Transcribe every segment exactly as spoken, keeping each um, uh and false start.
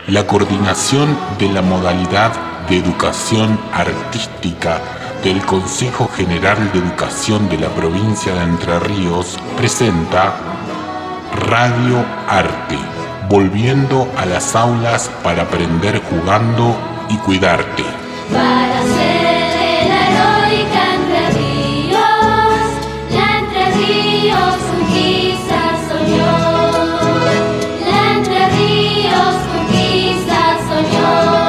La coordinación de la modalidad de educación artística del Consejo General de Educación de la provincia de Entre Ríos presenta Radio Arte, volviendo a las aulas para aprender jugando y cuidarte. Para ser la heroica Entre Ríos, la Entre Ríos conquista soñó. La Entre Ríos conquista soñó.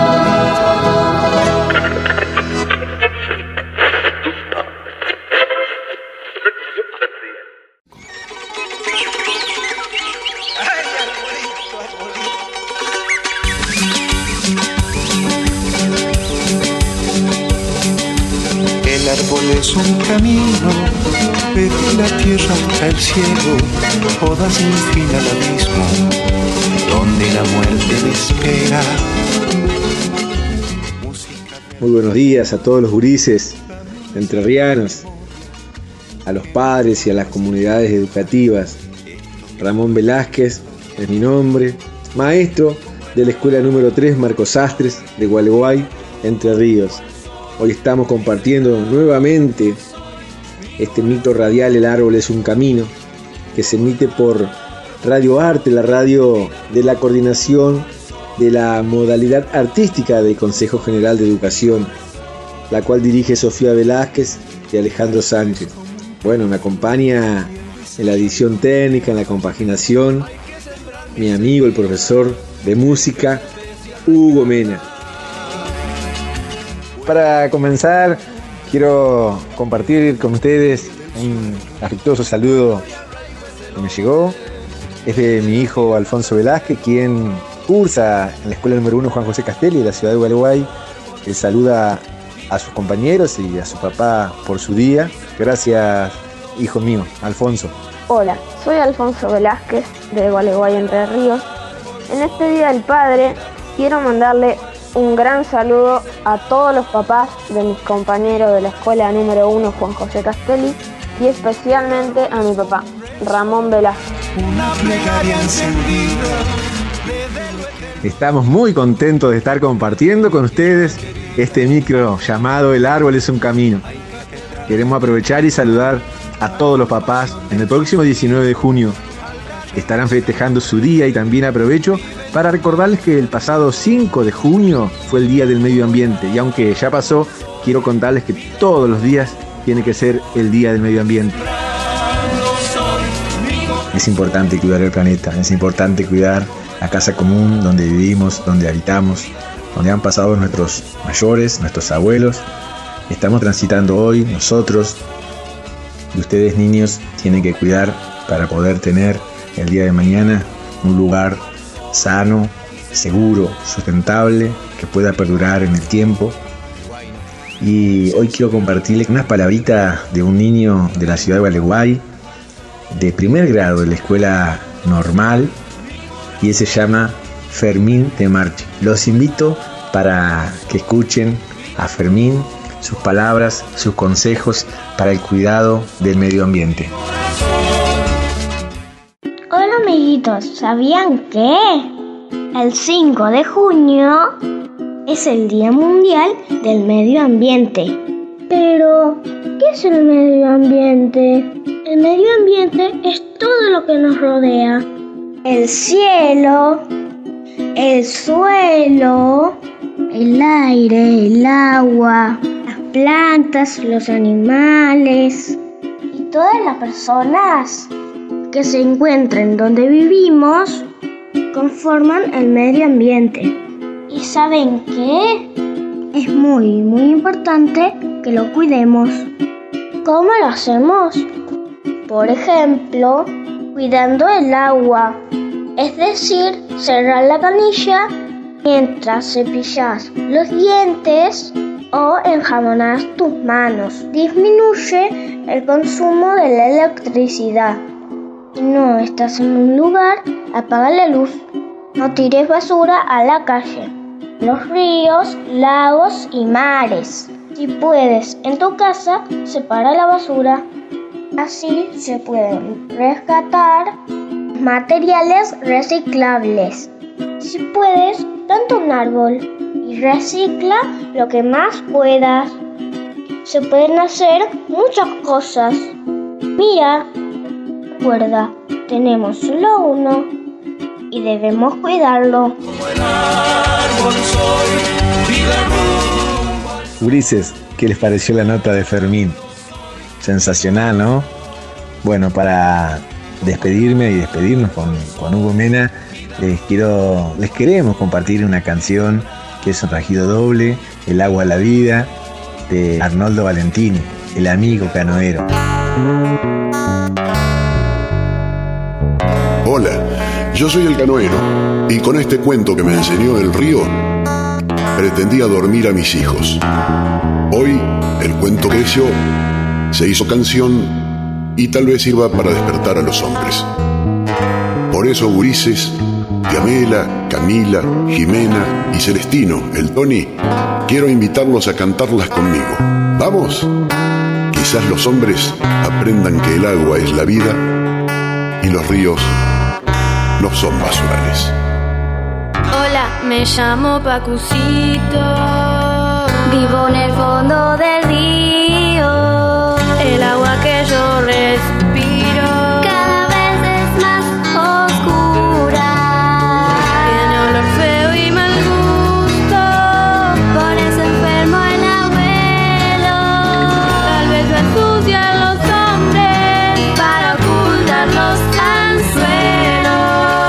El árbol es un camino, pero la tierra hasta el cielo, toda sin fin al abismo, donde la muerte me espera. Muy buenos días a todos los gurises entrerrianos, a los padres y a las comunidades educativas. Ramón Velázquez es mi nombre, maestro de la escuela número tres Marcos Sastres de Gualeguay, Entre Ríos. Hoy estamos compartiendo nuevamente este micro radial El Árbol es un Camino, que se emite por Radio Arte, la radio de la coordinación de la modalidad artística del Consejo General de Educación, la cual dirige Sofía Velázquez y Alejandro Sánchez. Bueno, me acompaña en la edición técnica, en la compaginación, mi amigo, el profesor de música, Hugo Mena. Para comenzar, quiero compartir con ustedes un afectuoso saludo que me llegó. Es de mi hijo Alfonso Velázquez, quien cursa en la escuela número uno Juan José Castelli de la ciudad de Gualeguay. Él saluda a sus compañeros y a su papá por su día. Gracias, hijo mío, Alfonso. Hola, soy Alfonso Velázquez de Gualeguay, Entre Ríos. En este Día del Padre quiero mandarle un gran saludo a todos los papás de mis compañeros de la escuela número uno Juan José Castelli y especialmente a mi papá, Ramón Velázquez. Una plegaria encendida. Estamos muy contentos de estar compartiendo con ustedes este micro llamado El Árbol es un Camino. Queremos aprovechar y saludar a todos los papás. En el próximo diecinueve de junio estarán festejando su día y también aprovecho para recordarles que el pasado cinco de junio fue el Día del Medio Ambiente y aunque ya pasó, quiero contarles que todos los días tiene que ser el Día del Medio Ambiente. Es importante cuidar el planeta, es importante cuidar la casa común donde vivimos, donde habitamos, donde han pasado nuestros mayores, nuestros abuelos. Estamos transitando hoy nosotros y ustedes, niños, tienen que cuidar para poder tener el día de mañana un lugar sano, seguro, sustentable, que pueda perdurar en el tiempo. Y hoy quiero compartirles unas palabritas de un niño de la ciudad de Gualeguay, de primer grado de la escuela normal, y ese se llama Fermín de Marchi. Los invito para que escuchen a Fermín, sus palabras, sus consejos para el cuidado del medio ambiente. Hola amiguitos, ¿sabían que el cinco de junio es el Día Mundial del Medio Ambiente? Pero, ¿qué es el medio ambiente? El medio ambiente es todo lo que nos rodea. El cielo, el suelo, el aire, el agua, las plantas, los animales y todas las personas que se encuentran donde vivimos conforman el medio ambiente. ¿Y saben qué? Es muy, muy importante que lo cuidemos. ¿Cómo lo hacemos? Por ejemplo, cuidando el agua, es decir, cerrar la canilla mientras cepillas los dientes o enjabonas tus manos. Disminuye el consumo de la electricidad. Si no estás en un lugar, apaga la luz. No tires basura a la calle, los ríos, lagos y mares. Si puedes, en tu casa, separa la basura. Así se pueden rescatar materiales reciclables. Si puedes, planta un árbol y recicla lo que más puedas. Se pueden hacer muchas cosas. Mira, recuerda, tenemos solo uno y debemos cuidarlo. Ulises, ¿qué les pareció la nota de Fermín? Sensacional, ¿no? Bueno, para despedirme y despedirnos con, con Hugo Mena, les quiero, les queremos compartir una canción que es un rajido doble, El agua a la vida, de Arnoldo Valentini, el amigo canoero. Hola, yo soy el canoero y con este cuento que me enseñó el río pretendía dormir a mis hijos. Hoy el cuento creció, se hizo canción y tal vez sirva para despertar a los hombres. Por eso, gurises, Yamela, Camila, Jimena y Celestino, el Tony, quiero invitarlos a cantarlas conmigo. ¿Vamos? Quizás los hombres aprendan que el agua es la vida y los ríos no son basurales. Hola, me llamo Pacucito, vivo en el fondo del río. El agua que yo respiro cada vez es más oscura. Tiene olor feo y mal gusto, por eso enfermo el abuelo. Tal vez lo ensucian los hombres para ocultar los anzuelos,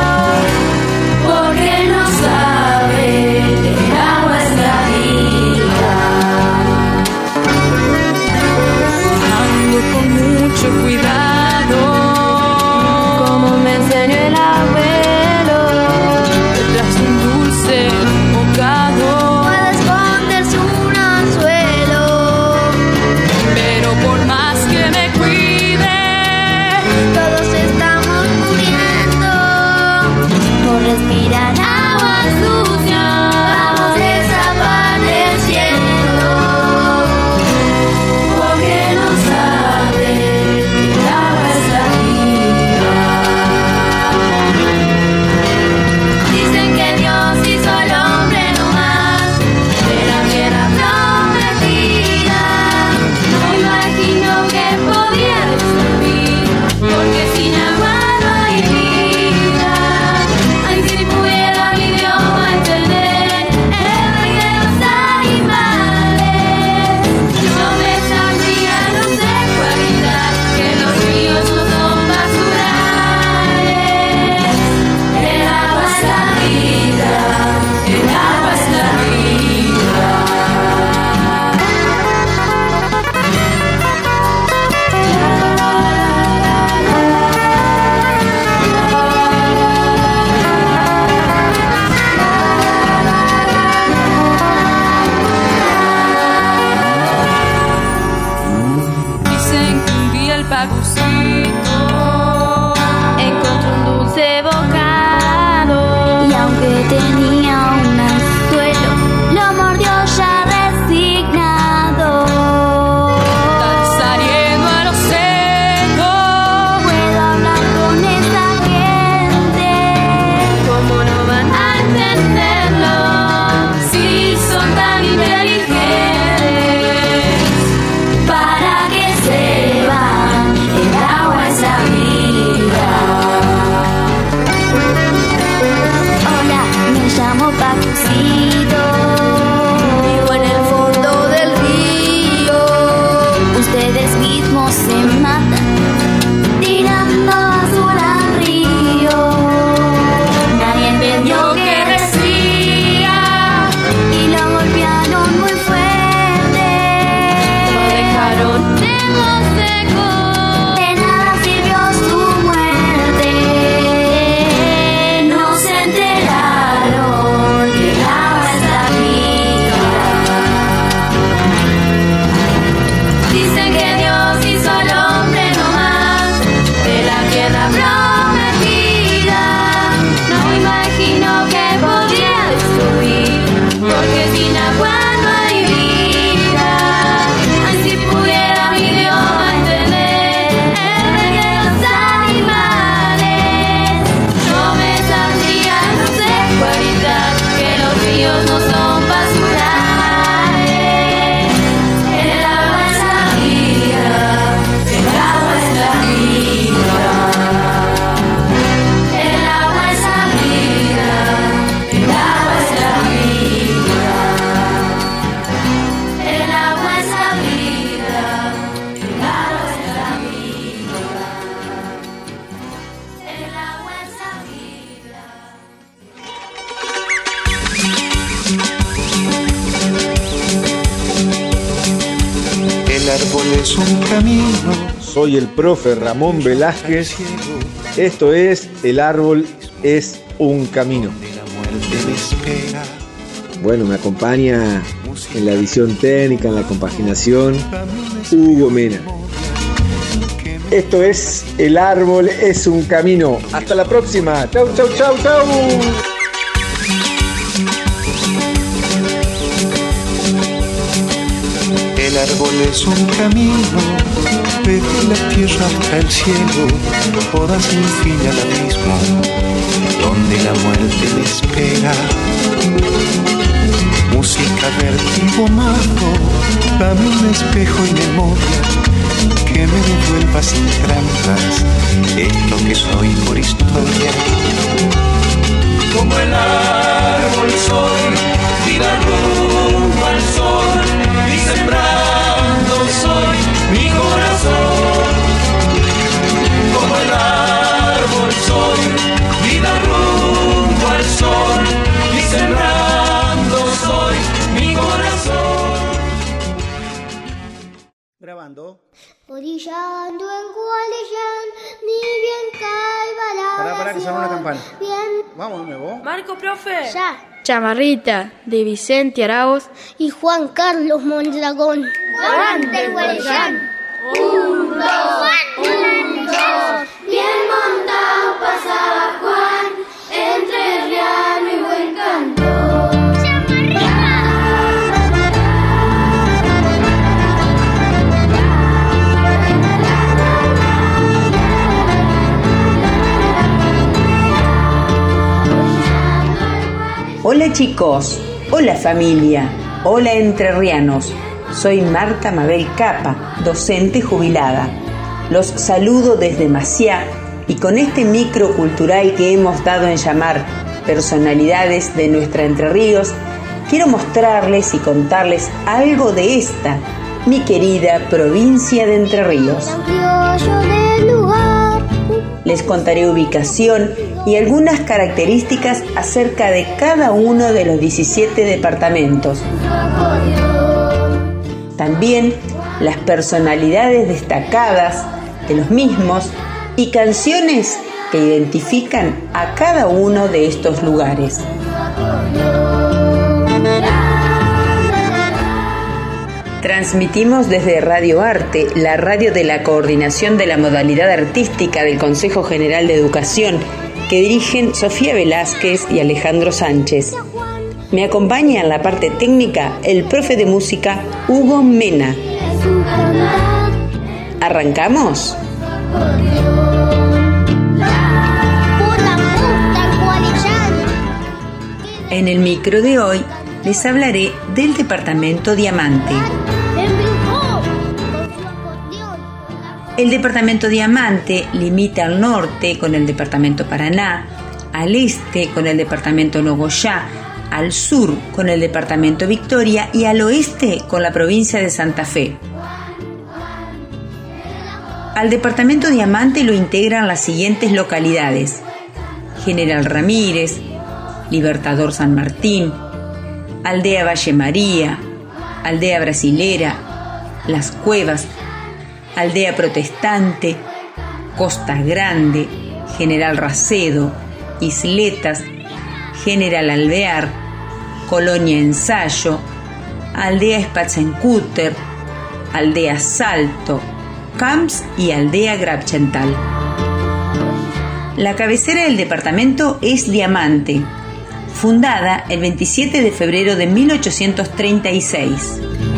porque no sabe que el agua es la vida. Ando con mucho cuidado, como me enseñó el abuelo, detrás de un dulce bocado puede esconderse un anzuelo. Pero por más que me cuide, todos estamos muriendo por respirar agua sucia. Vamos desapareciendo, porque no sabe que el agua es la vida. Dicen que Dios hizo al hombre nomás de la tierra prometida. No imagino que podía vivir, porque sin agua no hay vida. Ay, si pudiera mi idioma entender el rey de los animales, yo me sabría no sé cualidad, que los ríos no son basurales. El agua es la vida, el agua es la vida. Dicen que un día el Pacucito encontró un dulce bocado, y aunque tenía un anzuelo, lo mordió ya resignado. Están saliendo a lo seco, puedo hablar con esa gente. ¿Cómo no van a entenderlo si son tan inteligentes? Para que sepan, el agua es la vida. es un camino. Soy el profe Ramón Velázquez. Esto es El árbol es un camino. Bueno, me acompaña en la edición técnica, en la compaginación, Hugo Mena. Esto es El árbol es un camino. Hasta la próxima. Chau, chau, chau, chau. El árbol es un camino, desde la tierra hasta el cielo, toda sin fin al abismo, donde la muerte me espera. Música, vértigo, mago, dame un espejo y memoria, que me devuelva sin trampas esto que soy por historia. Como el árbol soy, vida rumbo al sol, y sembrando soy mi corazón. Como el árbol soy, vida rumbo al sol, y sembrando soy mi corazón. Grabando. Orillando en Gualeyán, ni bien caiga la Pará, pará, que suena una campana. Bien. Vamos de nuevo. Marco, profe. Ya. Chamarrita, de Vicente Arauz y Juan Carlos Mondragón. ¡Aguante el Gualeyán! Un, dos, un, dos. Bien montado pasaba Juan, entre riano y buen cantor. Hola chicos, hola familia, hola entrerrianos. Soy Marta Mabel Capa, docente jubilada. Los saludo desde Maciá y con este micro cultural que hemos dado en llamar Personalidades de nuestra Entre Ríos, quiero mostrarles y contarles algo de esta, mi querida provincia de Entre Ríos. Les contaré ubicación y algunas características acerca de cada uno de los diecisiete departamentos. También las personalidades destacadas de los mismos y canciones que identifican a cada uno de estos lugares. Transmitimos desde Radio Arte, la radio de la Coordinación de la Modalidad Artística del Consejo General de Educación, que dirigen Sofía Velázquez y Alejandro Sánchez. Me acompaña en la parte técnica el profe de música Hugo Mena. ¿Arrancamos? En el micro de hoy les hablaré del departamento Diamante. El departamento Diamante limita al norte con el departamento Paraná, al este con el departamento Nogoyá, al sur con el departamento Victoria y al oeste con la provincia de Santa Fe. Al departamento Diamante lo integran las siguientes localidades: General Ramírez, Libertador San Martín, Aldea Valle María, Aldea Brasilera, Las Cuevas, Aldea Protestante, Costa Grande, General Racedo, Isletas, General Alvear, Colonia Ensayo, Aldea Spatzenkutter, Aldea Salto, Camps y Aldea Grabchental. La cabecera del departamento es Diamante, fundada el veintisiete de febrero de mil ochocientos treinta y seis.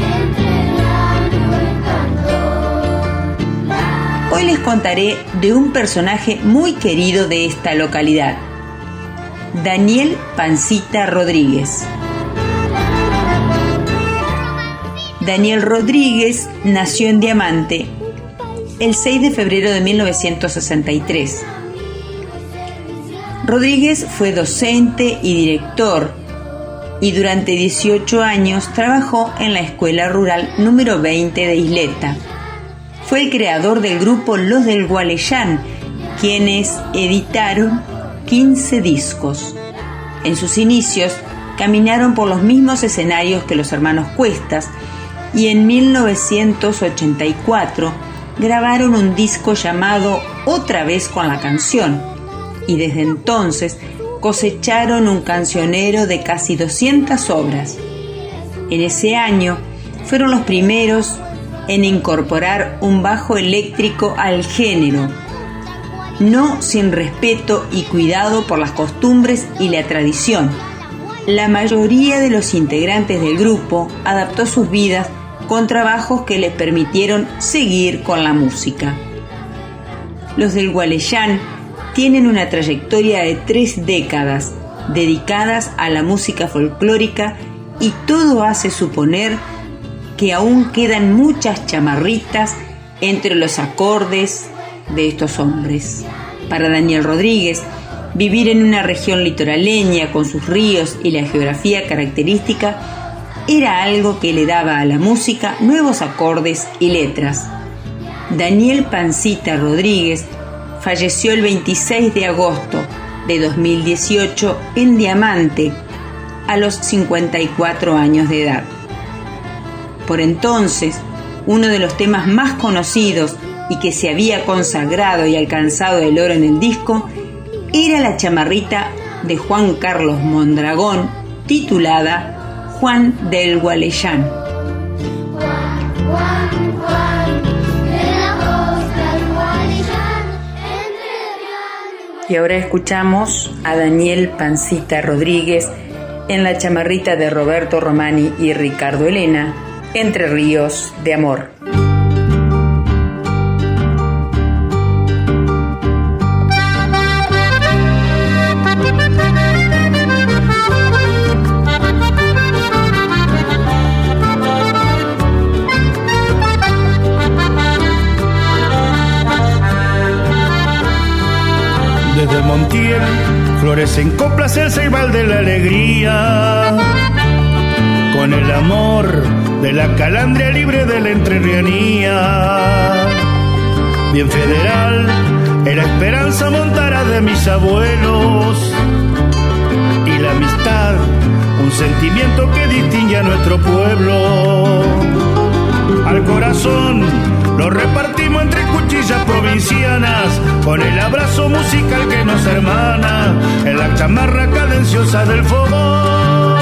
Hoy les contaré de un personaje muy querido de esta localidad, Daniel Pancita Rodríguez. Daniel Rodríguez nació en Diamante el seis de febrero de mil novecientos sesenta y tres. Rodríguez fue docente y director y durante dieciocho años trabajó en la Escuela Rural número veinte de Isleta. Fue el creador del grupo Los del Gualeyán, quienes editaron quince discos. En sus inicios caminaron por los mismos escenarios que los hermanos Cuestas, y en mil novecientos ochenta y cuatro grabaron un disco llamado Otra vez con la canción, y desde entonces cosecharon un cancionero de casi doscientas obras. En ese año fueron los primeros en incorporar un bajo eléctrico al género, no sin respeto y cuidado por las costumbres y la tradición. La mayoría de los integrantes del grupo adaptó sus vidas con trabajos que les permitieron seguir con la música. Los del Gualeyán tienen una trayectoria de tres décadas dedicadas a la música folclórica y todo hace suponer que aún quedan muchas chamarritas entre los acordes de estos hombres. Para Daniel Rodríguez, vivir en una región litoraleña con sus ríos y la geografía característica era algo que le daba a la música nuevos acordes y letras. Daniel Pancita Rodríguez falleció el veintiséis de agosto de dos mil dieciocho en Diamante, a los cincuenta y cuatro años de edad. Por entonces, uno de los temas más conocidos y que se había consagrado y alcanzado el oro en el disco era la chamarrita de Juan Carlos Mondragón, titulada Juan del Gualeyán. Y ahora escuchamos a Daniel Pancita Rodríguez en la chamarrita de Roberto Romani y Ricardo Elena, Entre Ríos de Amor. Desde Montiel florecen coplas el ceibal de la alegría, con el amor de la calandria libre de la entrerrianía. Bien federal era esperanza montara de mis abuelos, y la amistad un sentimiento que distingue a nuestro pueblo. Al corazón lo repartimos entre cuchillas provincianas, con el abrazo musical que nos hermana en la chamarra cadenciosa del fogón.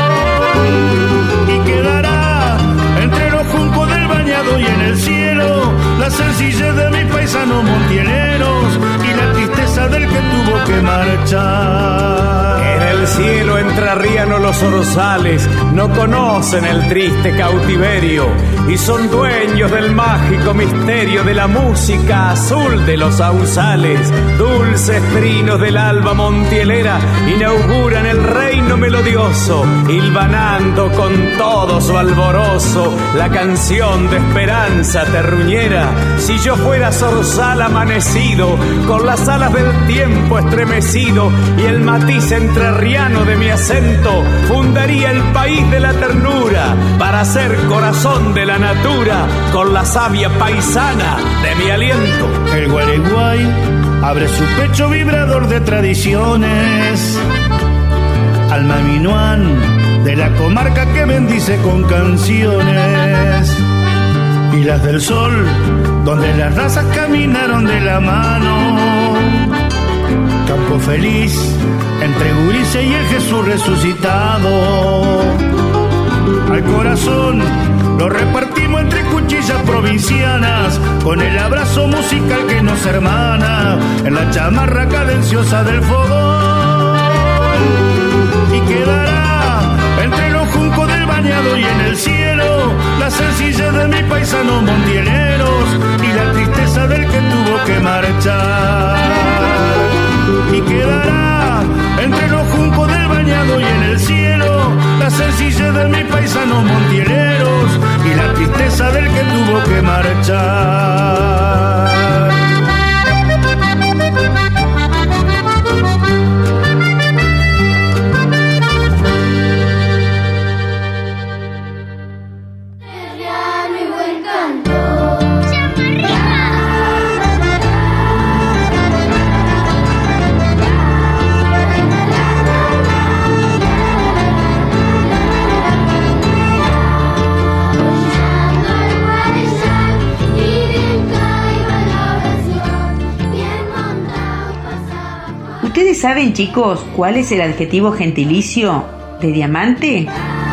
Y quedará entre los juncos del bañado y en el cielo la sencillez de mis paisanos montieleros y la tristeza del que tuvo que marchar. En el cielo entrerriano los orzales no conocen el triste cautiverio y son dueños del mágico misterio de la música azul de los sausales. Dulces trinos del alba montielera inauguran el reino melodioso, hilvanando con todo su alborozo la canción de esperanza terruñera. Si yo fuera zorzal amanecido, con las alas del tiempo estremecido y el matiz entrerriano de mi acento, fundaría el país de la ternura para ser corazón de la natura con la savia paisana de mi aliento. El Gualeguay abre su pecho vibrador de tradiciones, alma minuán de la comarca que bendice con canciones, y las del sol donde las razas caminaron de la mano. Campo feliz entre Gurice y el Jesús resucitado. Al corazón lo repartimos entre cuchillas provincianas, con el abrazo musical que nos hermana en la chamarra cadenciosa del fogón. Y quedará entre los juncos del bañado y en el cielo la sencillez de mis paisanos montieleros y la tristeza del que tuvo que marchar. Y quedará entre los juncos del bañado y en el cielo la sencillez de mis paisanos montieleros y la tristeza del que tuvo que marchar. Hoy ¿Ustedes saben, chicos, cuál es el adjetivo gentilicio de diamante?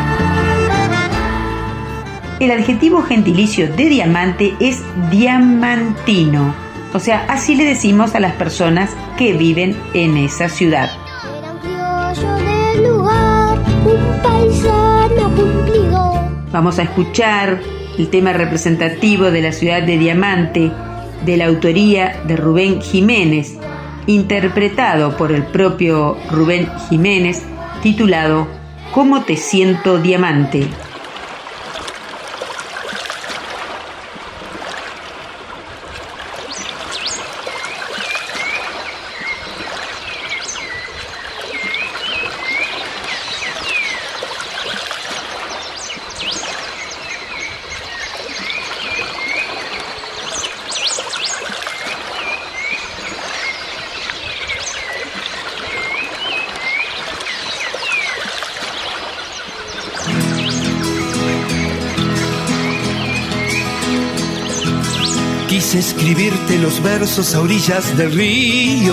El adjetivo gentilicio de diamante es diamantino. O sea, así le decimos a las personas que viven en esa ciudad. Del lugar, un paisano cumplido. Vamos a escuchar el tema representativo de la ciudad de Diamante, de la autoría de Rubén Jiménez, interpretado por el propio Rubén Jiménez, titulado ¿Cómo te siento, Diamante? Quise escribirte los versos a orillas del río,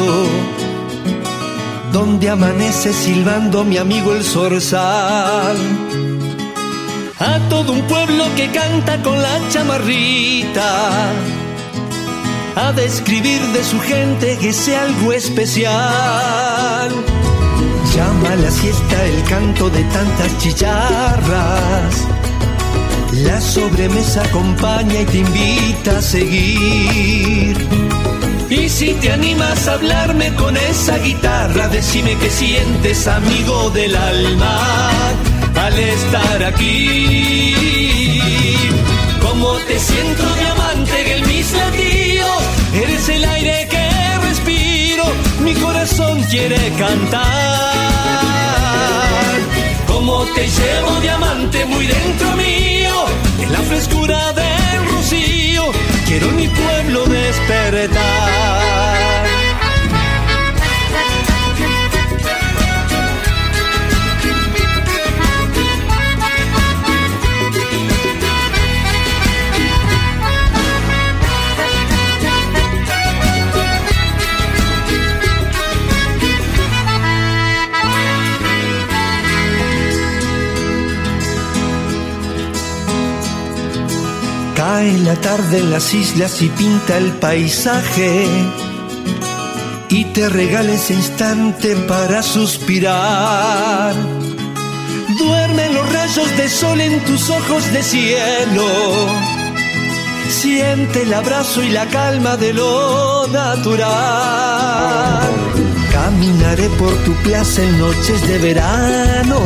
donde amanece silbando mi amigo el zorzal. A todo un pueblo que canta con la chamarrita, a describir de su gente que sea algo especial. Llama a la siesta el canto de tantas chicharras, la sobremesa acompaña y te invita a seguir. Y si te animas a hablarme con esa guitarra, decime qué sientes, amigo del alma, al estar aquí. Cómo te siento, diamante, en mis latidos, eres el aire que respiro, mi corazón quiere cantar. Cómo te llevo, diamante, muy dentro mío, en la frescura del rocío, quiero mi pueblo despertar. Cae la tarde en las islas y pinta el paisaje, y te regala ese instante para suspirar. Duermen los rayos de sol en tus ojos de cielo, siente el abrazo y la calma de lo natural. Caminaré por tu plaza en noches de verano,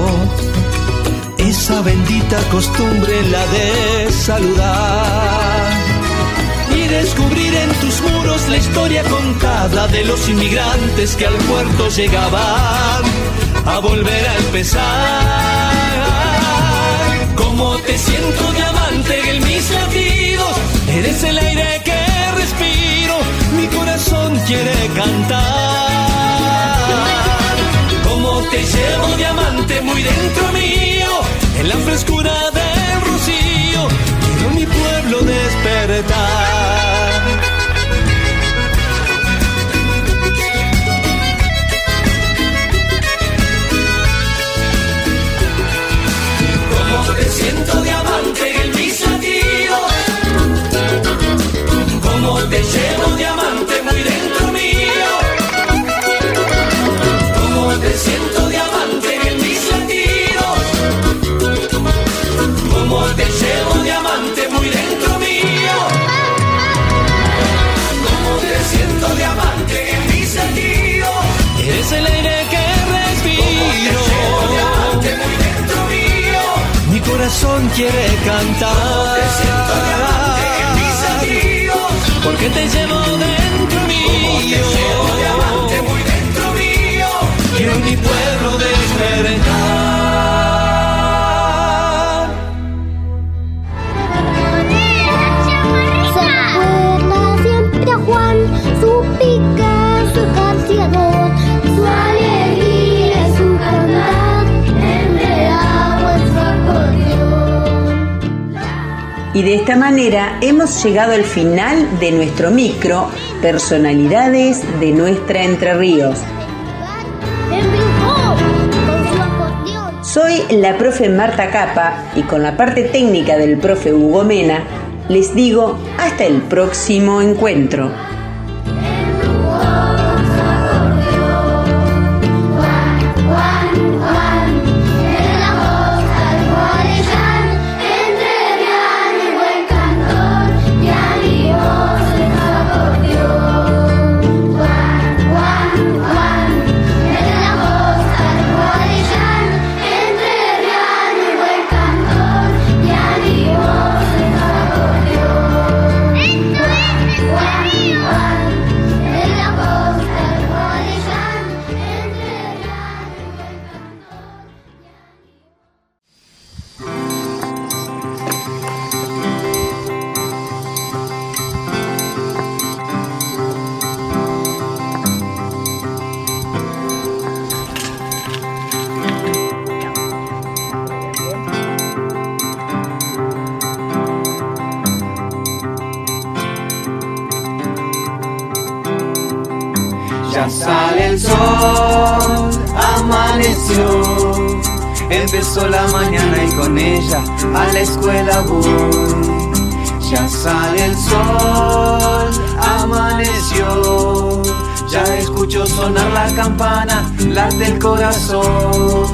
esa bendita costumbre la de saludar, y descubrir en tus muros la historia contada de los inmigrantes que al puerto llegaban a volver a empezar. Cómo te siento, diamante, en mis latidos, eres el aire que respiro, mi corazón quiere cantar. Cómo te llevo, diamante, muy dentro mío, en la frescura del rocío, quiero mi pueblo despertar. Cómo te siento, diamante, en mis latidos, cómo te llevo, diamante, muy dentro mío, cómo te siento, diamante, en mis latidos, cómo te llevo, diamante, muy dentro mío, cómo te siento, diamante, en mis latidos, eres el aire que respiro, cómo te llevo, diamante, muy dentro mío, mi corazón quiere cantar. Cómo te siento, diamante, en mis latidos, porque te llevo dentro mío, cómo te llevo, diamante, muy dentro mío, quiero mi pueblo despertar. Su pica, su carciador, su alegría, su cantar, enredado en su acordeón. Y de esta manera hemos llegado al final de nuestro micro personalidades de nuestra Entre Ríos. Soy la profe Marta Capa y con la parte técnica del profe Hugo Mena les digo hasta el próximo encuentro. Ya sale el sol, amaneció, empezó la mañana y con ella a la escuela voy. Ya sale el sol, amaneció, ya escucho sonar la campana, late el corazón.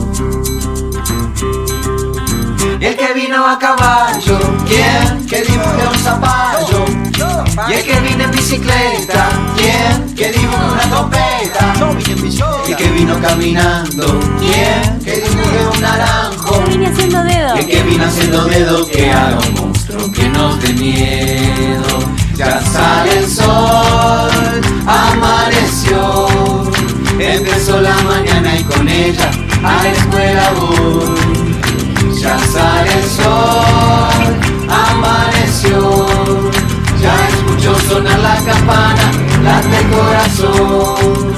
Y el que vino a caballo, ¿quién? Que dibuje un zapallo. Y el que vino en bicicleta, ¿quién? Que dibuje una trompeta. Y el que vino caminando, ¿quién? Que dibuje un naranjo. Vine haciendo dedo. Y el que vino haciendo dedo, que haga un monstruo que nos dé miedo. Ya sale el sol, amaneció, empezó la mañana y con ella a la escuela voy. Ya sale el sol, amaneció, ya escucho sonar la campana, late el corazón.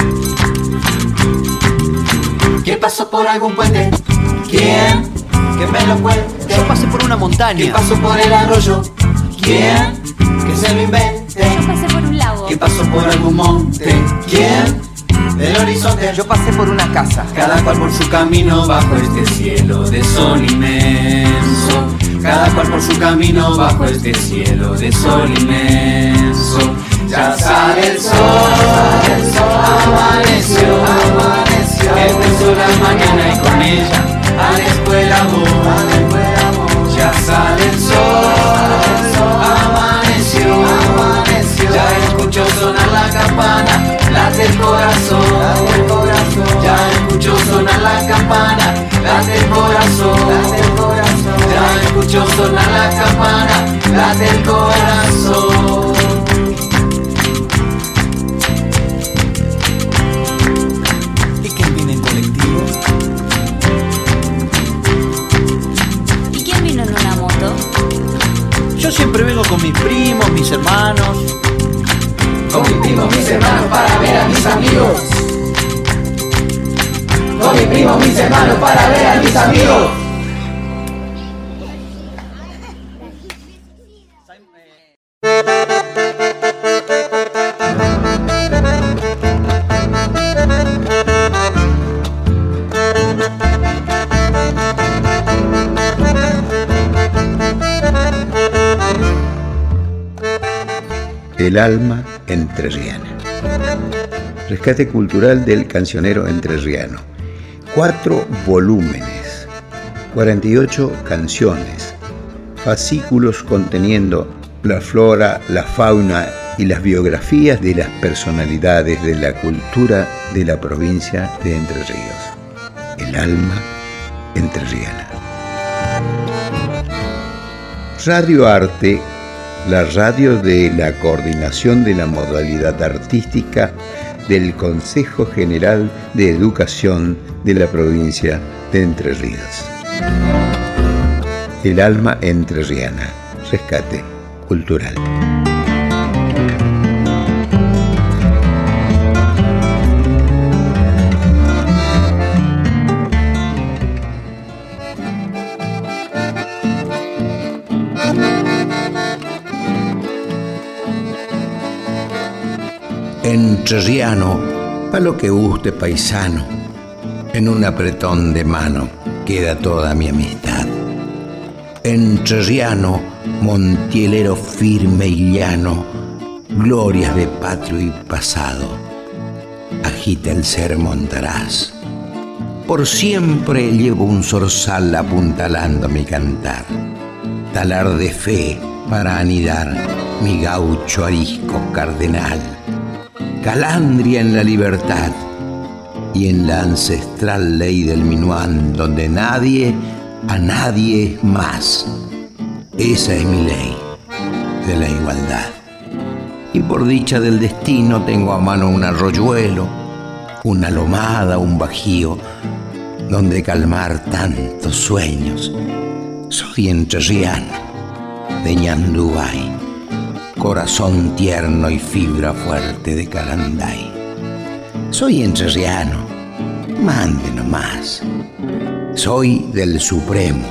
¿Quién pasó por algún puente? ¿Quién? Que me lo cuente. Yo pasé por una montaña. ¿Quién pasó por el arroyo? ¿Quién? Que se lo invente. Yo pasé por un lago. ¿Quién pasó por algún monte? ¿Quién? Del horizonte. Yo pasé por una casa. Cada cual por su camino bajo este cielo de sol inmenso. Cada cual por su camino bajo este cielo de sol inmenso. Ya sale el sol, amaneció, amaneció, empezó la mañana y con ella a la escuela voy. Ya sale el sol, amaneció, amaneció, ya escucho sonar la campana, late el corazón, ya escucho sonar la campana, late el corazón, ya escucho sonar la campana, late el corazón. ¿Y quién viene en colectivo? ¿Y quién vino en una moto? Yo siempre vengo con mis primos, mis hermanos. Con mis primos, mis hermanos para ver a mis amigos. Con mis primos, mis hermanos para ver a mis amigos. El alma entrerriana. Rescate cultural del cancionero entrerriano. Cuatro volúmenes, cuarenta y ocho canciones, fascículos conteniendo la flora, la fauna y las biografías de las personalidades de la cultura de la provincia de Entre Ríos. El alma entrerriana. Radio Arte, la radio de la coordinación de la modalidad artística del Consejo General de Educación de la provincia de Entre Ríos. El alma entrerriana. Rescate cultural. Entrerriano, pa' lo que guste paisano, en un apretón de mano queda toda mi amistad. Entrerriano, montielero firme y llano, glorias de patrio y pasado, agita el ser montarás. Por siempre llevo un zorzal apuntalando mi cantar, talar de fe para anidar mi gaucho arisco cardenal, calandria en la libertad y en la ancestral ley del minuán, donde nadie a nadie es más. Esa es mi ley de la igualdad. Y por dicha del destino tengo a mano un arroyuelo, una lomada, un bajío, donde calmar tantos sueños. Soy entrerriano, de Ñandubay, corazón tierno y fibra fuerte de Caranday. Soy entrerriano, mande nomás. Soy del Supremo,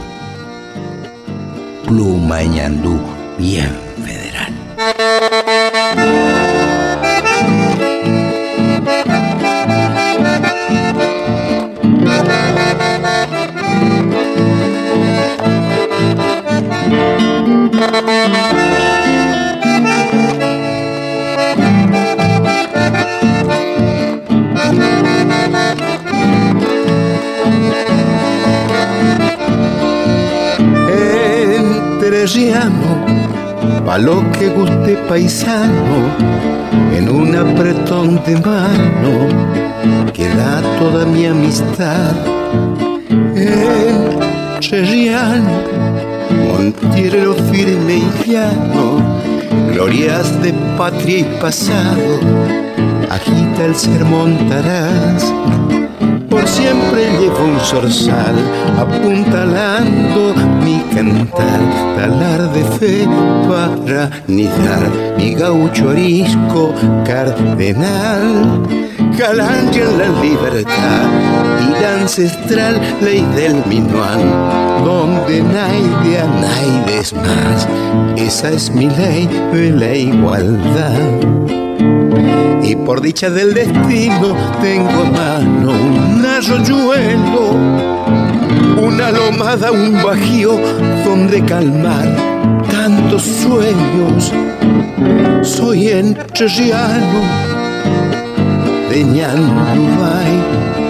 pluma en Ñandú, bien federal. Entrerriano, pa' lo que guste paisano, en un apretón de mano queda toda mi amistad. Entrerriano, montielero firme y llano, glorias de patria y pasado, agita el ser montarás. Por siempre llevo un zorzal apuntalando mi cantar, talar de fe para nidar mi gaucho arisco cardenal, calandria en la libertad y la ancestral ley del minuán, donde naide a naide es más. Esa es mi ley de la igualdad. Y por dicha del destino tengo a mano un arroyuelo, una lomada, un bajío donde calmar tantos sueños. Soy entrerriano, de Ñandubay,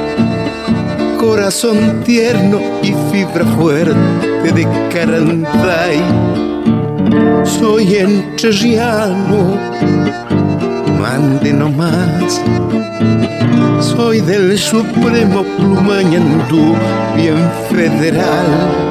corazón tierno y fibra fuerte de Caranday. Soy entrerriano, mande nomás. Soy del Supremo pluma Ñandú, bien federal.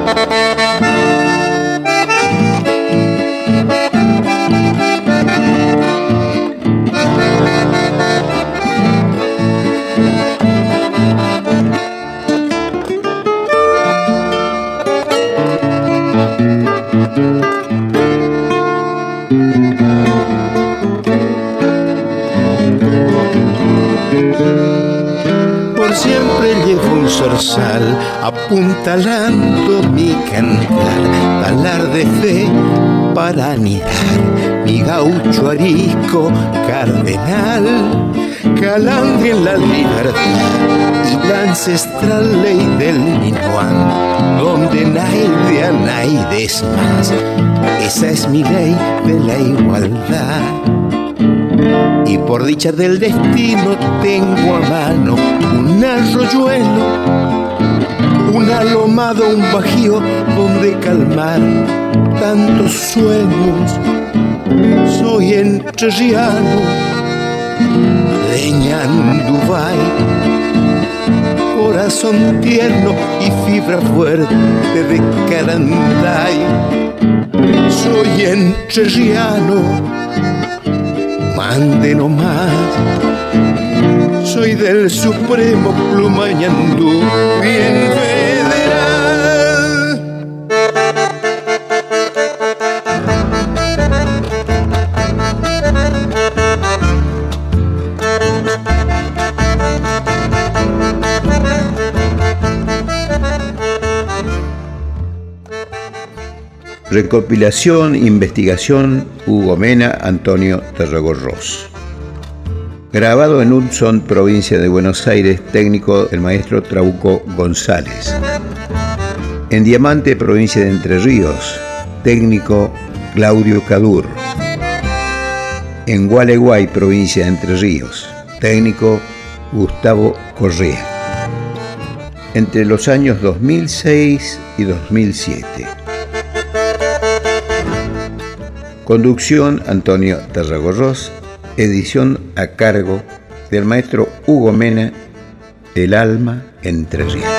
Por siempre llevo un zorzal apuntalando mi cantar, talar de fe para anidar mi gaucho arisco cardenal, calandria en la libertad y la ancestral ley del minuán, donde naide a naide es más. Esa es mi ley de la igualdad. Y por dicha del destino tengo a mano un arroyuelo, una lomada, un bajío donde calmar tantos sueños. Soy entrerriano, de Ñandubay, corazón tierno y fibra fuerte de Caranday. Soy entrerriano, mande nomás. Soy del Supremo pluma Ñandú, bien federal. Recopilación, investigación, Hugo Mena, Antonio Tarragorros. grabado en Hudson, provincia de Buenos Aires, técnico el maestro Trabuco González. En Diamante, provincia de Entre Ríos, técnico Claudio Cadur. En Gualeguay, provincia de Entre Ríos, técnico Gustavo Correa. Entre los años dos mil seis y dos mil siete. Conducción Antonio Tarragorros, edición a cargo del maestro Hugo Mena, El alma entrerriana.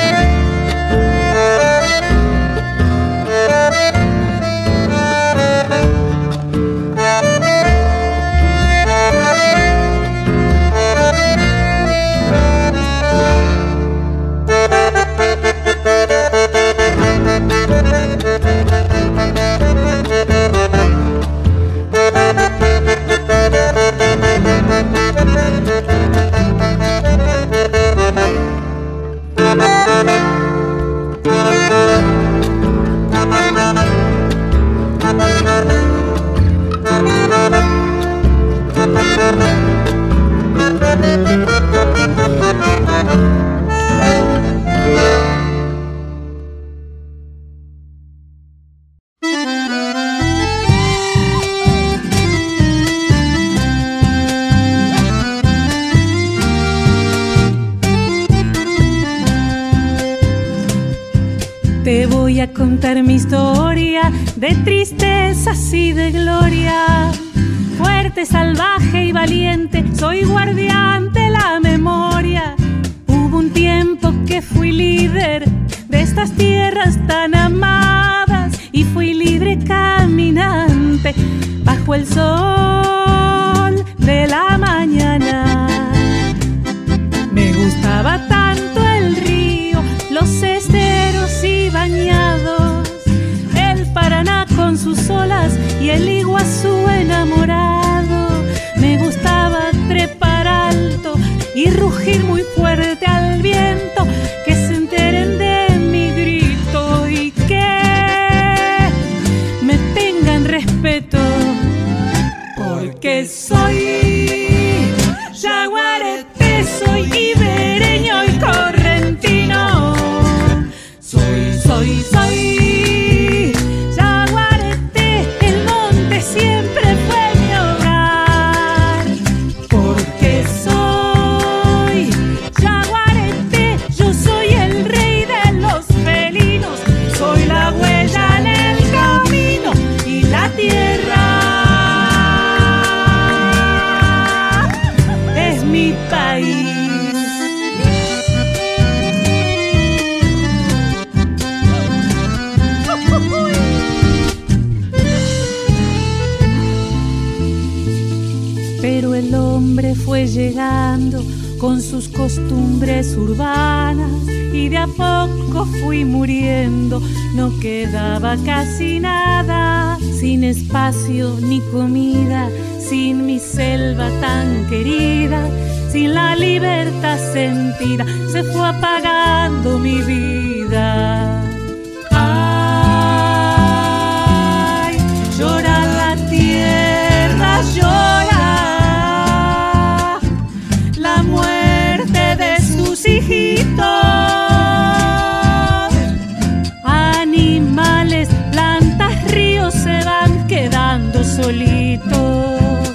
Te voy a contar mi historia de tristezas y de gloria. Fuerte, salvaje y valiente, soy guardián de la memoria. Hubo un tiempo que fui líder de estas tierras tan amadas y fui libre caminante bajo el sol de la mañana. Me gustaba tanto el río, los esteros y bañados, el Paraná con sus olas y el Iguazú enamorado. Me gustaba trepar alto y rugir muy fuerte al viento, que se enteren de mi grito y que me tengan respeto, porque soy yaguareté, soy ibereño y correntino. Soy, soy, soy yaguareté, el monte siempre fue mi hogar. Porque soy yaguareté, yo soy el rey de los felinos. Soy la huella en el camino y la tierra es mi país. Pero el hombre fue llegando con sus costumbres urbanas y de a poco fui muriendo, no quedaba casi nada, sin espacio ni comida, sin mi selva tan querida, sin la libertad sentida, se fue apagando mi vida. Ay, llora la tierra, llora la muerte de sus hijitos. Animales, plantas, ríos se van quedando solitos.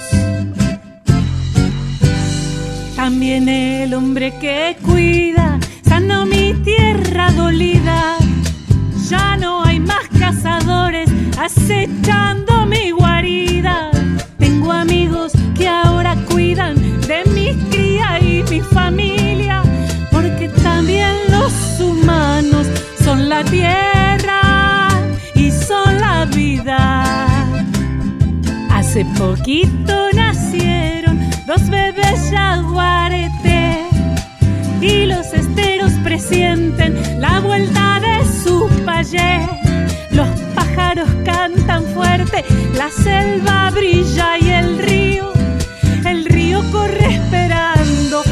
También el hombre que cuida sanó mi tierra dolida. Ya no hay más cazadores acechando mi guarida. Tengo amigos que ahora cuidan de mi cría y mi familia, porque también los humanos son la tierra y son la vida. Hace poquito nacieron dos bebés yaguareté y los esteros presienten la vuelta de su payé. Los pájaros cantan fuerte, la selva brilla y el río, el río corre esperando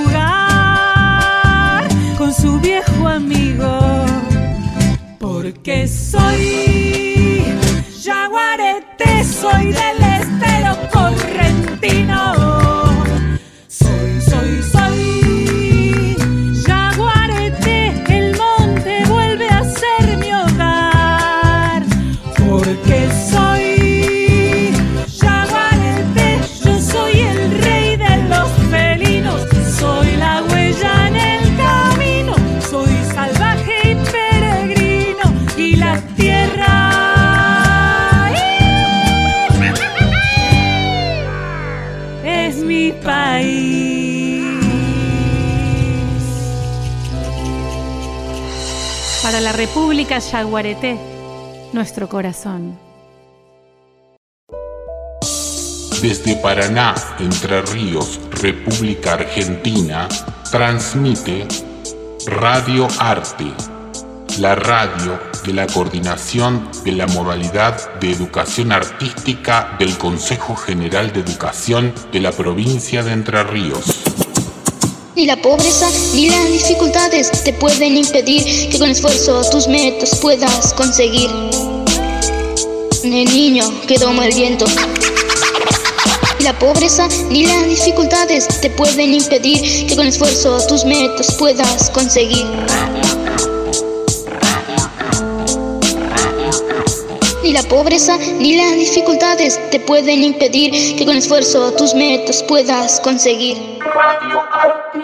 jugar con su viejo amigo. Porque soy yaguareté, soy del estero correntino. es mi país. Para la República Yaguareté, nuestro corazón. Desde Paraná, Entre Ríos, República Argentina, transmite Radio Arte, la radio de la Coordinación de la Modalidad de Educación Artística del Consejo General de Educación de la provincia de Entre Ríos. Ni la pobreza ni las dificultades te pueden impedir que con esfuerzo tus metas puedas conseguir. El niño que doma el viento. Ni la pobreza ni las dificultades te pueden impedir que con esfuerzo tus metas puedas conseguir. Ni la pobreza ni las dificultades te pueden impedir que con esfuerzo tus metas puedas conseguir. Radio Arte.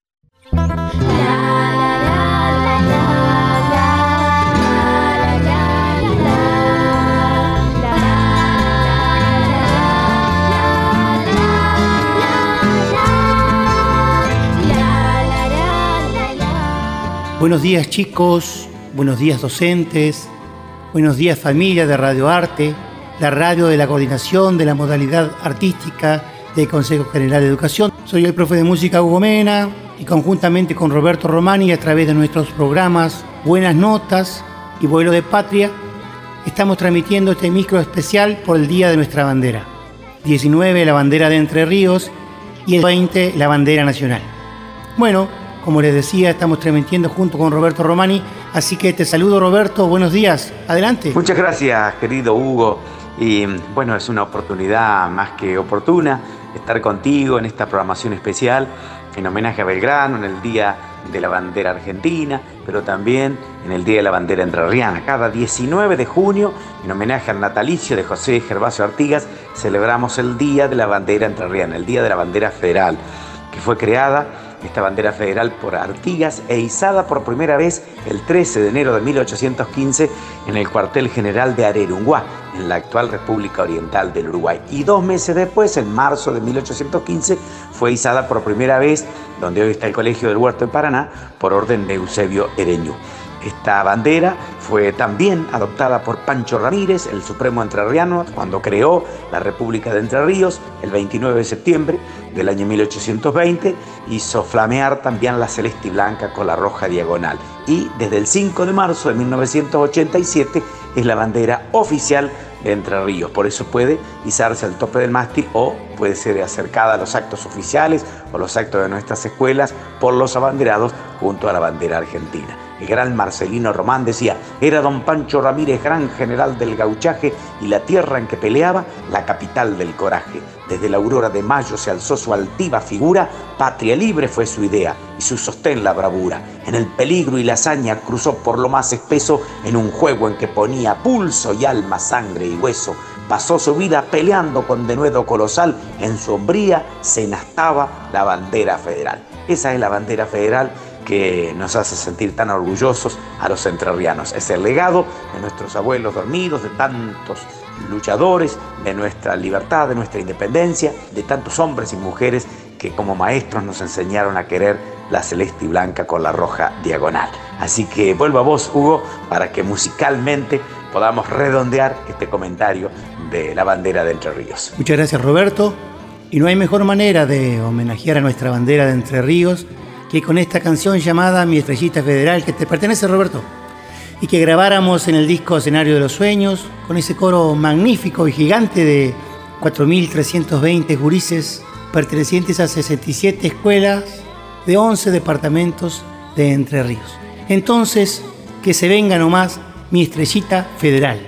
Buenos días, chicos, buenos días, docentes, buenos días, familia de Radio Arte, la radio de la Coordinación de la Modalidad Artística del Consejo General de Educación. Soy el profe de música Hugo Mena y conjuntamente con Roberto Romani, a través de nuestros programas Buenas Notas y Vuelo de Patria, estamos transmitiendo este micro especial por el Día de nuestra Bandera. diecinueve, la bandera de Entre Ríos, y el veinte, la bandera nacional. Bueno, como les decía, estamos transmitiendo junto con Roberto Romani, así que te saludo, Roberto, buenos días, adelante. Muchas gracias, querido Hugo, y bueno, es una oportunidad más que oportuna estar contigo en esta programación especial en homenaje a Belgrano, en el Día de la Bandera Argentina, pero también en el Día de la Bandera Entrerriana. Cada diecinueve de junio, en homenaje al natalicio de José Gervasio Artigas, celebramos el Día de la Bandera Entrerriana, el Día de la Bandera Federal, que fue creada esta bandera federal por Artigas e izada por primera vez el trece de enero de mil ochocientos quince en el cuartel general de Arerunguá, en la actual República Oriental del Uruguay. Y dos meses después, en marzo de mil ochocientos quince, fue izada por primera vez, donde hoy está el Colegio del Huerto en Paraná, por orden de Eusebio Ereñú. Esta bandera fue también adoptada por Pancho Ramírez, el supremo entrerriano, cuando creó la República de Entre Ríos el veintinueve de septiembre del año mil ochocientos veinte, hizo flamear también la celeste y blanca con la roja diagonal. Y desde el cinco de marzo de mil novecientos ochenta y siete es la bandera oficial de Entre Ríos. Por eso puede izarse al tope del mástil o puede ser acercada a los actos oficiales o los actos de nuestras escuelas por los abanderados junto a la bandera argentina. El gran Marcelino Román decía: era don Pancho Ramírez, gran general del gauchaje, y la tierra en que peleaba, la capital del coraje. Desde la aurora de mayo se alzó su altiva figura, patria libre fue su idea y su sostén la bravura. En el peligro y la hazaña cruzó por lo más espeso, en un juego en que ponía pulso y alma, sangre y hueso. Pasó su vida peleando con denuedo colosal, en su hombría se enastaba la bandera federal. Esa es la bandera federal que nos hace sentir tan orgullosos a los entrerrianos. Es el legado de nuestros abuelos dormidos, de tantos luchadores, de nuestra libertad, de nuestra independencia, de tantos hombres y mujeres que como maestros nos enseñaron a querer la celeste y blanca con la roja diagonal. Así que vuelvo a vos, Hugo, para que musicalmente podamos redondear este comentario de la bandera de Entre Ríos. Muchas gracias, Roberto. Y no hay mejor manera de homenajear a nuestra bandera de Entre Ríos que con esta canción llamada Mi Estrellita Federal, que te pertenece, Roberto, y que grabáramos en el disco Escenario de los Sueños, con ese coro magnífico y gigante de cuatro mil trescientos veinte gurises pertenecientes a sesenta y siete escuelas de once departamentos de Entre Ríos. Entonces, que se venga nomás Mi Estrellita Federal.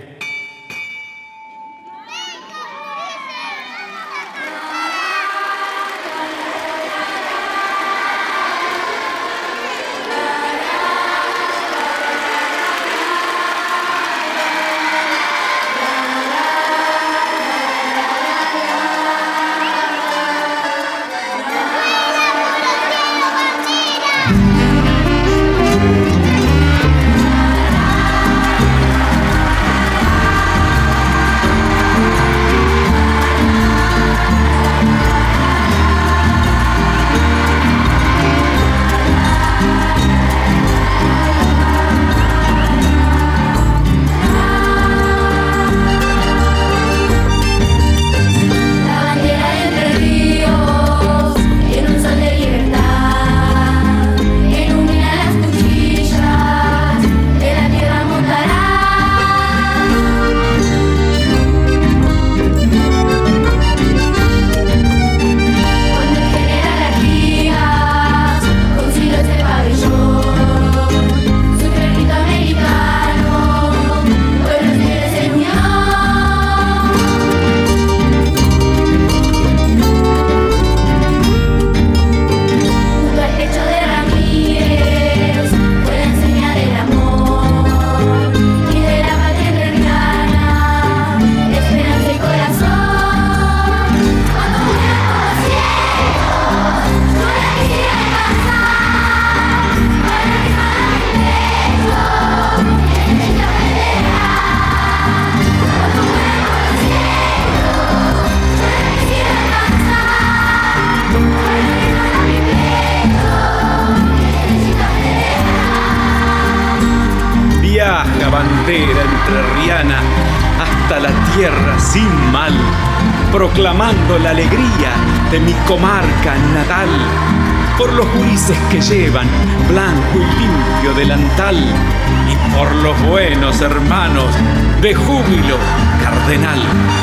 bandera entrerriana hasta la tierra sin mal, proclamando la alegría de mi comarca natal, por los gurises que llevan blanco y limpio delantal, y por los buenos hermanos de Júbilo Cardenal.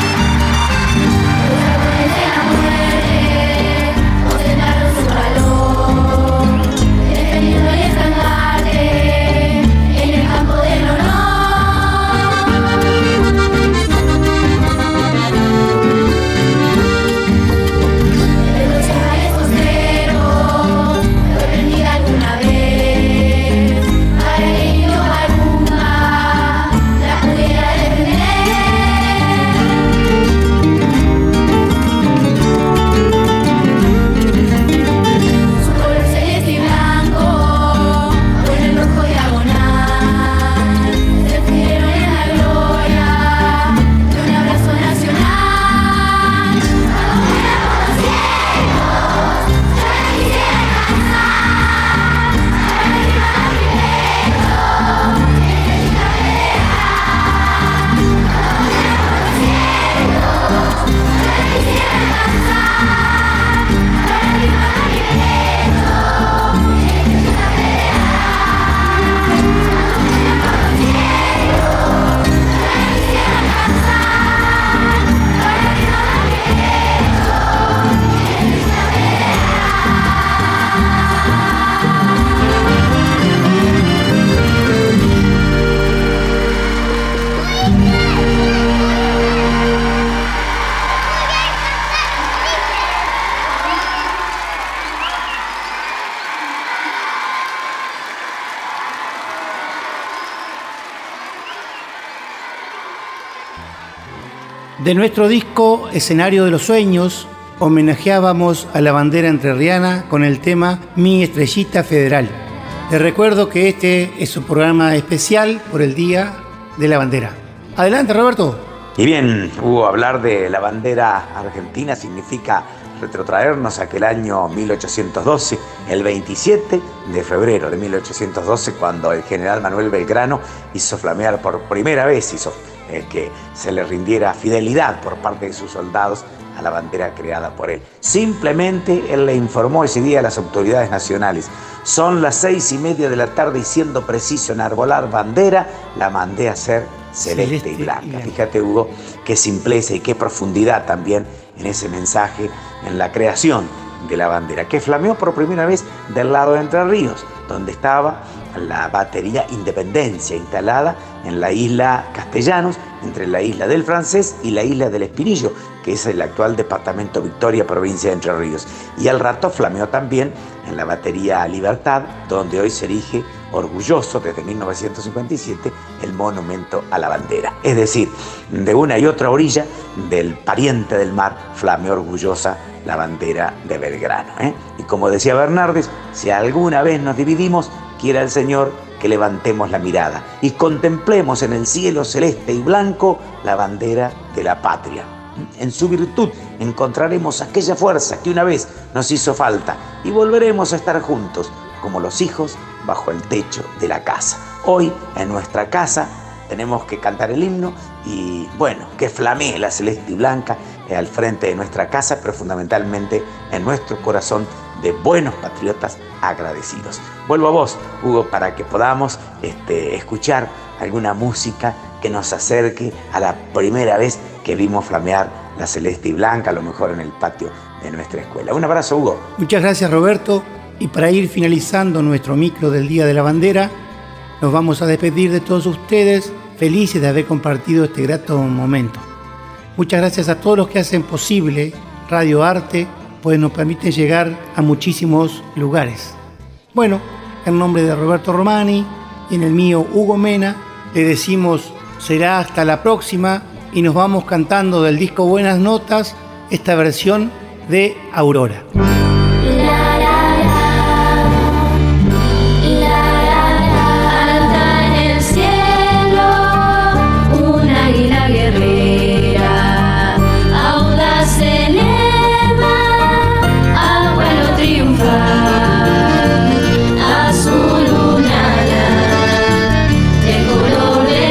De nuestro disco Escenario de los Sueños, homenajeábamos a la bandera entrerriana con el tema Mi Estrellita Federal. Les recuerdo que este es un programa especial por el Día de la Bandera. Adelante, Roberto. Y bien, Hugo, hablar de la bandera argentina significa retrotraernos a aquel año mil ochocientos doce, el veintisiete de febrero de mil ochocientos doce, cuando el general Manuel Belgrano hizo flamear por primera vez, hizo eh, que se le rindiera fidelidad por parte de sus soldados a la bandera creada por él. Simplemente él le informó ese día a las autoridades nacionales: son las seis y media de la tarde y siendo preciso enarbolar bandera, la mandé a hacer celeste, celeste y blanca. Y fíjate, Hugo, qué simpleza y qué profundidad también en ese mensaje, en la creación de la bandera, que flameó por primera vez del lado de Entre Ríos, donde estaba la batería Independencia instalada en la isla Castellanos, entre la isla del Francés y la isla del Espinillo, que es el actual departamento Victoria, provincia de Entre Ríos. Y al rato flameó también en la batería Libertad, donde hoy se erige orgulloso desde mil novecientos cincuenta y siete el monumento a la bandera. Es decir, de una y otra orilla del pariente del mar flameó orgullosa la bandera de Belgrano, ¿eh? Y como decía Bernardes, si alguna vez nos dividimos, quiera el Señor que levantemos la mirada y contemplemos en el cielo celeste y blanco la bandera de la patria. En su virtud encontraremos aquella fuerza que una vez nos hizo falta y volveremos a estar juntos como los hijos bajo el techo de la casa. Hoy en nuestra casa tenemos que cantar el himno y bueno, que flamee la celeste y blanca al frente de nuestra casa, pero fundamentalmente en nuestro corazón de buenos patriotas agradecidos. Vuelvo a vos, Hugo, para que podamos este, escuchar alguna música que nos acerque a la primera vez que vimos flamear la celeste y blanca, a lo mejor en el patio de nuestra escuela. Un abrazo, Hugo. Muchas gracias, Roberto. Y para ir finalizando nuestro micro del Día de la Bandera, nos vamos a despedir de todos ustedes, felices de haber compartido este grato momento. Muchas gracias a todos los que hacen posible Radio Arte, pues nos permiten llegar a muchísimos lugares. Bueno, en nombre de Roberto Romani y en el mío Hugo Mena, le decimos será hasta la próxima y nos vamos cantando del disco Buenas Notas esta versión de Aurora. Azul lunada, de color de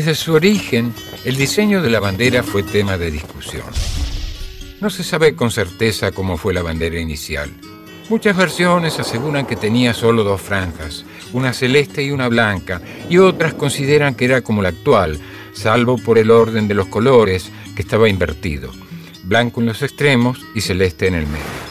Desde su origen, el diseño de la bandera fue tema de discusión. No se sabe con certeza cómo fue la bandera inicial. Muchas versiones aseguran que tenía solo dos franjas, una celeste y una blanca, y otras consideran que era como la actual, salvo por el orden de los colores, que estaba invertido, blanco en los extremos y celeste en el medio.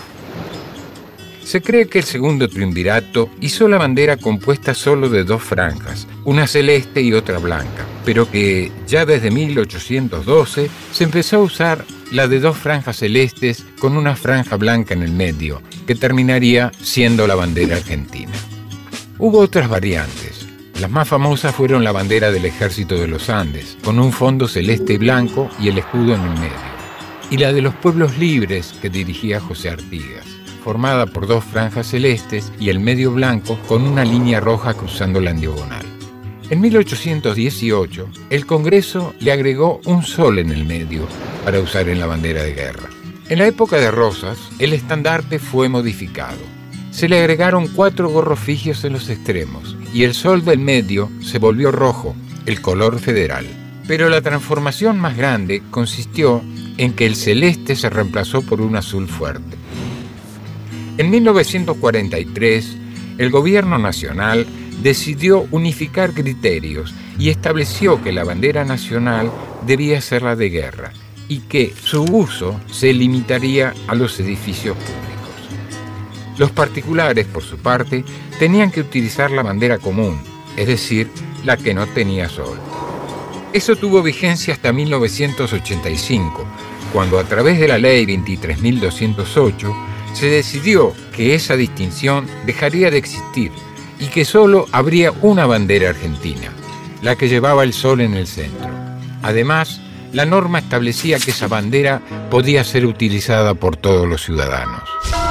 Se cree que el segundo triunvirato hizo la bandera compuesta solo de dos franjas, una celeste y otra blanca, pero que ya desde mil ochocientos doce se empezó a usar la de dos franjas celestes con una franja blanca en el medio, que terminaría siendo la bandera argentina. Hubo otras variantes. Las más famosas fueron la bandera del Ejército de los Andes, con un fondo celeste y blanco y el escudo en el medio, y la de los Pueblos Libres que dirigía José Artigas, formada por dos franjas celestes y el medio blanco con una línea roja cruzándola en diagonal. En mil ochocientos dieciocho, el Congreso le agregó un sol en el medio para usar en la bandera de guerra. En la época de Rosas, el estandarte fue modificado. Se le agregaron cuatro gorros fijios en los extremos y el sol del medio se volvió rojo, el color federal. Pero la transformación más grande consistió en que el celeste se reemplazó por un azul fuerte. En mil novecientos cuarenta y tres, el gobierno nacional decidió unificar criterios y estableció que la bandera nacional debía ser la de guerra y que su uso se limitaría a los edificios públicos. Los particulares, por su parte, tenían que utilizar la bandera común, es decir, la que no tenía sol. Eso tuvo vigencia hasta mil novecientos ochenta y cinco, cuando a través de la ley veintitrés mil doscientos ocho se decidió que esa distinción dejaría de existir y que solo habría una bandera argentina, la que llevaba el sol en el centro. Además, la norma establecía que esa bandera podía ser utilizada por todos los ciudadanos.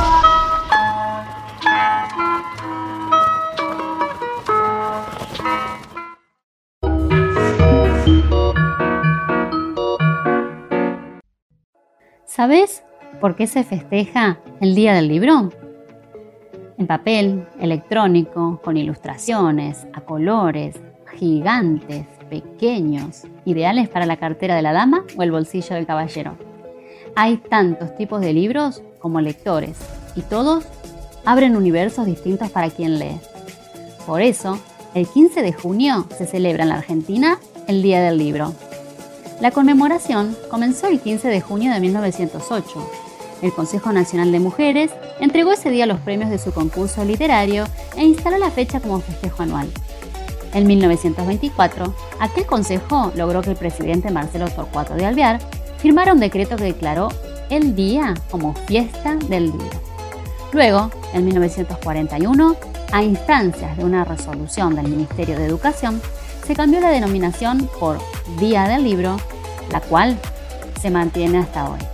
¿Sabes por qué se festeja el Día del Libro? En papel, electrónico, con ilustraciones, a colores, gigantes, pequeños, ideales para la cartera de la dama o el bolsillo del caballero. Hay tantos tipos de libros como lectores, y todos abren universos distintos para quien lee. Por eso, el quince de junio se celebra en la Argentina el Día del Libro. La conmemoración comenzó el quince de junio de mil novecientos ocho. El Consejo Nacional de Mujeres entregó ese día los premios de su concurso literario e instaló la fecha como festejo anual. En mil novecientos veinticuatro, aquel consejo logró que el presidente Marcelo Torcuato de Alvear firmara un decreto que declaró el día como fiesta del libro. Luego, en mil novecientos cuarenta y uno, a instancias de una resolución del Ministerio de Educación, se cambió la denominación por Día del Libro, la cual se mantiene hasta hoy.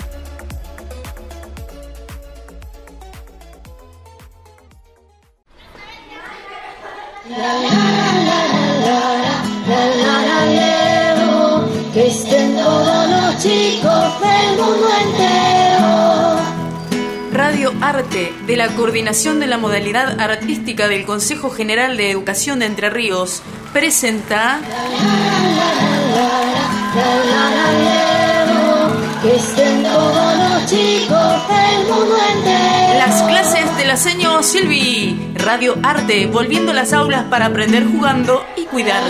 Que estén todos los chicos del mundo entero. Radio Arte, de la Coordinación de la Modalidad Artística del Consejo General de Educación de Entre Ríos, presenta Que estén todos los chicos del mundo entero. las clases de la seño Silvi. Radio Arte, volviendo a las aulas para aprender jugando y cuidarte.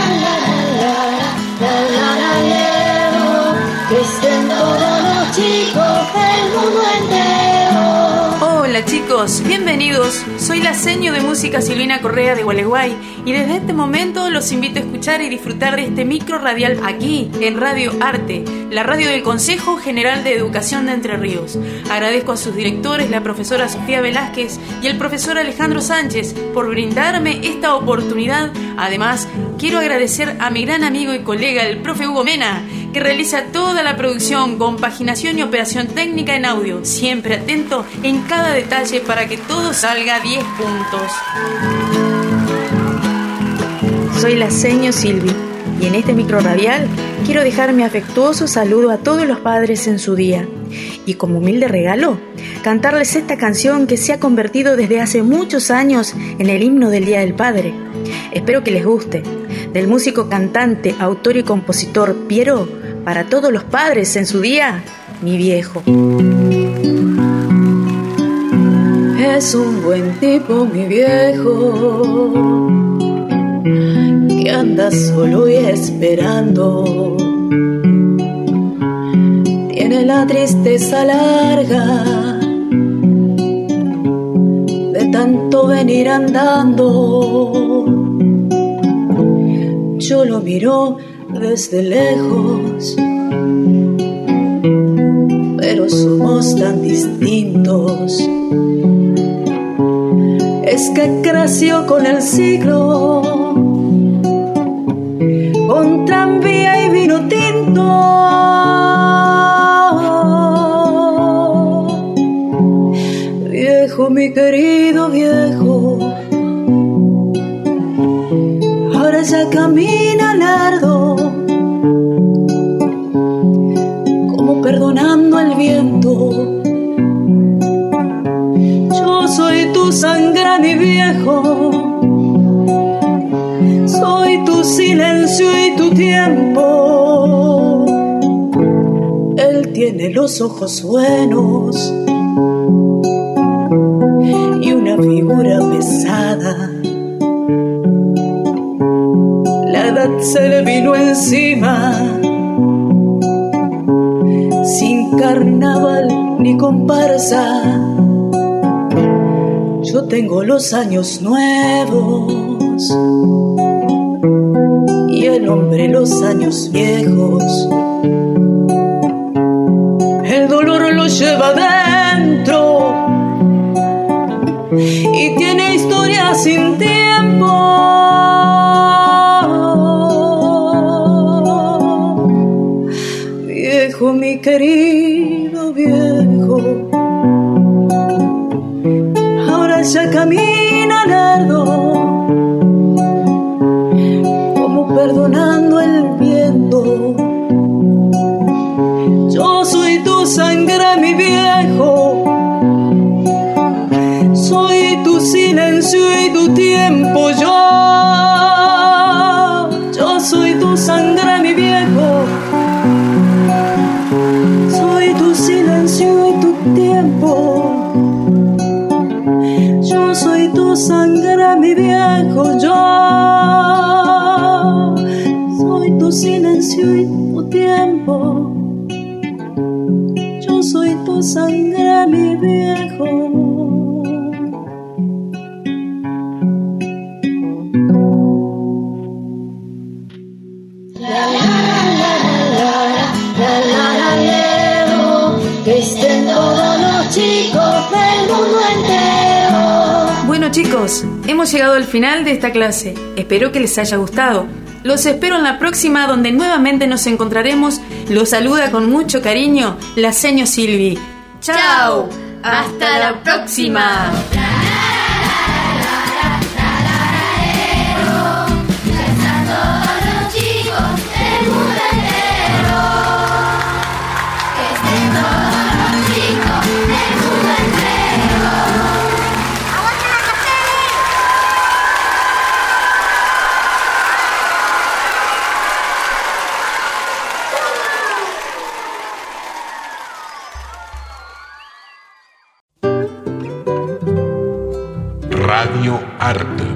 Que estén todos los chicos del mundo entero. Hola chicos, bienvenidos. Soy la seño de música Silvina Correa de Gualeguay y desde este momento los invito a escuchar y disfrutar de este micro radial aquí en Radio Arte, la radio del Consejo General de Educación de Entre Ríos. Agradezco a sus directores, la profesora Sofía Velázquez y el profesor Alejandro Sánchez, por brindarme esta oportunidad. Además, quiero agradecer a mi gran amigo y colega, el profe Hugo Mena, que realiza toda la producción, compaginación y operación técnica en audio, siempre atento en cada detalle para que todo salga diez puntos. Soy la seño Silvi y en este micro radial quiero dejar mi afectuoso saludo a todos los padres en su día y como humilde regalo cantarles esta canción que se ha convertido desde hace muchos años en el himno del Día del Padre. Espero que les guste. del músico, cantante, autor y compositor Piero, para todos los padres en su día, mi viejo. Es un buen tipo, mi viejo, que anda solo y esperando. Tiene la tristeza larga de tanto venir andando. Yo lo miro desde lejos, pero somos tan distintos. Es que creció con el siglo, con tranvía y vino tinto. Viejo, mi querido viejo, ahora ya camina lerdo, como perdonando el viento. Yo soy tu sangre, mi viejo, soy tu silencio y tu tiempo. Él tiene los ojos buenos y una figura pesada. La edad se le vino encima, sin carnaval ni comparsa. Yo tengo los años nuevos y el hombre los años viejos. El dolor lo lleva dentro y tiene historia sin tiempo. Viejo, mi querido viejo, ahora ya camina lerdo, como perdonando el viento. Yo soy tu sangre, mi viejo, soy tu silencio y tu tiempo. Yo, yo soy tu sangre, mi viejo, soy tu silencio y tu tiempo. Yo soy tu sangre, mi viejo, yo soy tu silencio y tu tiempo. Yo soy tu sangre, mi viejo. Que estén todos los chicos del mundo entero. Bueno chicos, hemos llegado al final de esta clase. Espero que les haya gustado. Los espero en la próxima, donde nuevamente nos encontraremos. Los saluda con mucho cariño la seño Silvi. ¡Chao! ¡Hasta la próxima! Radio Arte.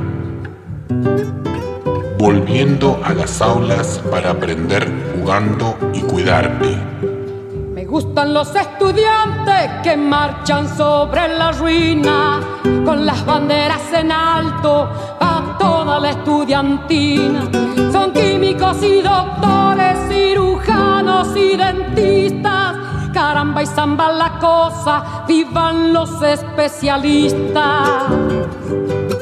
Volviendo a las aulas para aprender jugando y cuidarte. Me gustan los estudiantes que marchan sobre la ruina, con las banderas en alto a toda la estudiantina. Son químicos y doctores, cirujanos y dentistas. Caramba y zamba la cosa, vivan los especialistas.